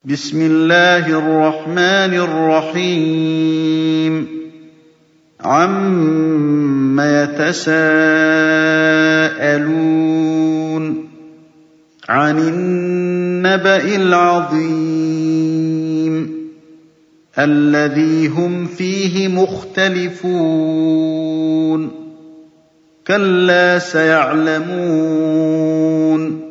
بسم الله الرحمن الرحيم عَمَّ يَتَسَاءَلُونَ عَنِ النَّبَإِ الْعَظِيمِ الَّذِي هُمْ فِيهِ مُخْتَلِفُونَ كَلَّا سَيَعْلَمُونَ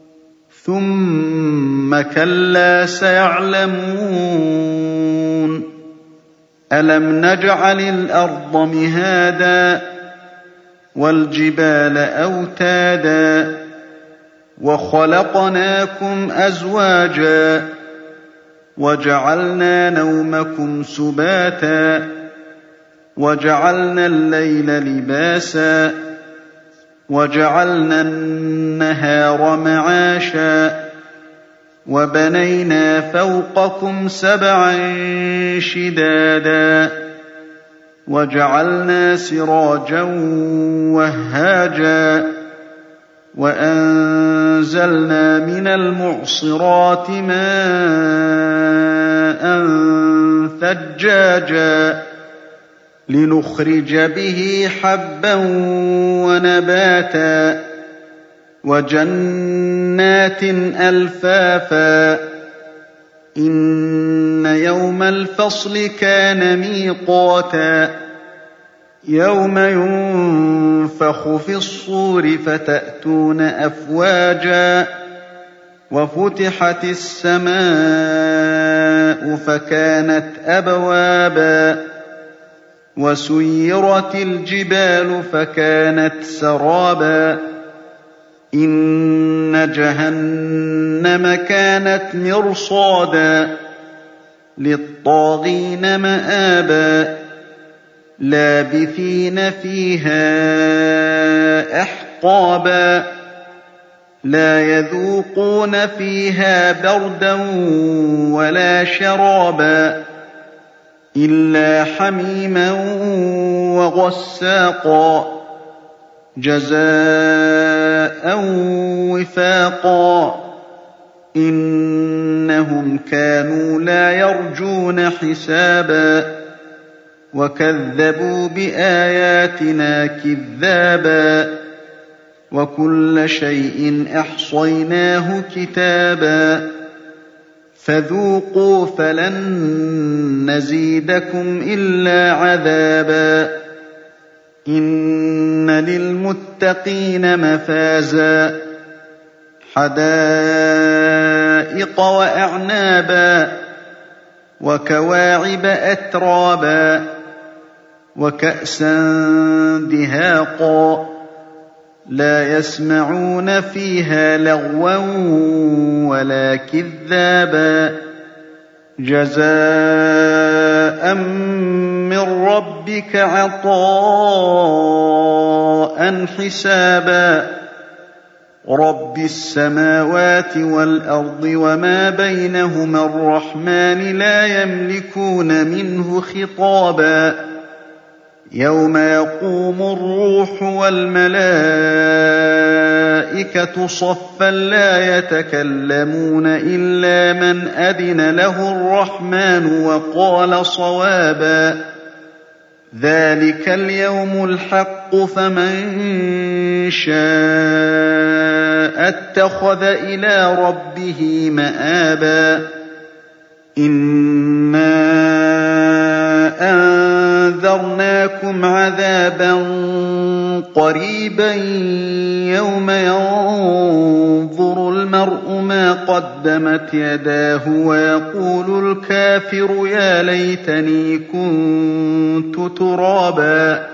ثُمَّ كَلَّا سَيَعْلَمُونَ أَلَمْ نَجْعَلِ الْأَرْضَ مِهَادًا وَالْجِبَالَ أَوْتَادًا وَخَلَقْنَاكُمْ أَزْوَاجًا وَجَعَلْنَا نَوْمَكُمْ سُبَاتًا وَجَعَلْنَا اللَّيْلَ لِبَاسًا وَجَعَلْنَا النَّهَارَ مَعَاشًا وَبَنَيْنَا فَوْقَكُمْ سَبْعًا شِدَادًا وَجَعَلْنَا سِرَاجًا وَهَّاجًا وَأَنزَلْنَا مِنَ الْمُعْصِرَاتِ مَاءً ثَجَّاجًا لِنُخْرِجَ بِهِ حَبًّا وَنَبَاتًا وَجَنَّاتٍ أَلْفَافًا إِنَّ يَوْمَ الْفَصْلِ كَانَ مِيقَاتًا يَوْمَ يُنفَخُ فِي الصُّورِ فَتَأْتُونَ أَفْوَاجًا وَفُتِحَتِ السَّمَاءُ فَكَانَتْ أَبْوَابًا وَسُيِّرَتِ الْجِبَالُ فَكَانَتْ سَرَابًا إِنَّ جَهَنَّمَ كَانَتْ مِرْصَادًا لِّلطَّاغِينَ مَآبًا لَّابِثِينَ فِيهَا أَحْقَابًا لَّا يَذُوقُونَ فِيهَا بَرْدًا وَلَا شَرَابًا إِلَّا حَمِيمًا وَغَسَّاقًا جَزَاءً وِفَاقًا إِنَّهُمْ كَانُوا لَا يَرْجُونَ حِسَابًا وَكَذَّبُوا بِآيَاتِنَا كِذَّابًا وَكُلَّ شَيْءٍ أَحْصَيْنَاهُ كِتَابًا فَذُوقُوا فَلَن نَّزِيدَكُمْ إِلَّا عَذَابًا إِنَّ لِلْمُتَّقِينَ مَفَازًا حَدَائِقَ وَأَعْنَابًا وَكَوَاعِبَ أَتْرَابًا وَكَأْسًا دِهَاقًا لَّا يَسْمَعُونَ فِيهَا لَغْوًا وَلَا كِذَّابًا جَزَاءً مِّن رَّبِّكَ عَطَاءً حِسَابًا رَّبِّ السَّمَاوَاتِ وَالْأَرْضِ وَمَا بَيْنَهُمَا الرَّحْمَٰنِ لَا يَمْلِكُونَ مِنْهُ خِطَابًا يَوْمَ يَقُومُ الرُّوحُ وَالْمَلَائِكَةُ صَفًّا لَّا يَتَكَلَّمُونَ إِلَّا مَنْ أَذِنَ لَهُ الرَّحْمَٰنُ وَقَالَ صَوَابًا ذَٰلِكَ الْيَوْمُ الْحَقُّ فَمَن شَاءَ اتَّخَذَ إِلَىٰ رَبِّهِ مَآبًا إِنَّا أَنذَرْنَاكُمْ عَذَابًا قَرِيبًا يَوْمَ يَنظُرُ الْمَرْءُ مَا قَدَّمَتْ يَدَاهُ وَيَقُولُ الْكَافِرُ يَا لَيْتَنِي كُنتُ تُرَابًا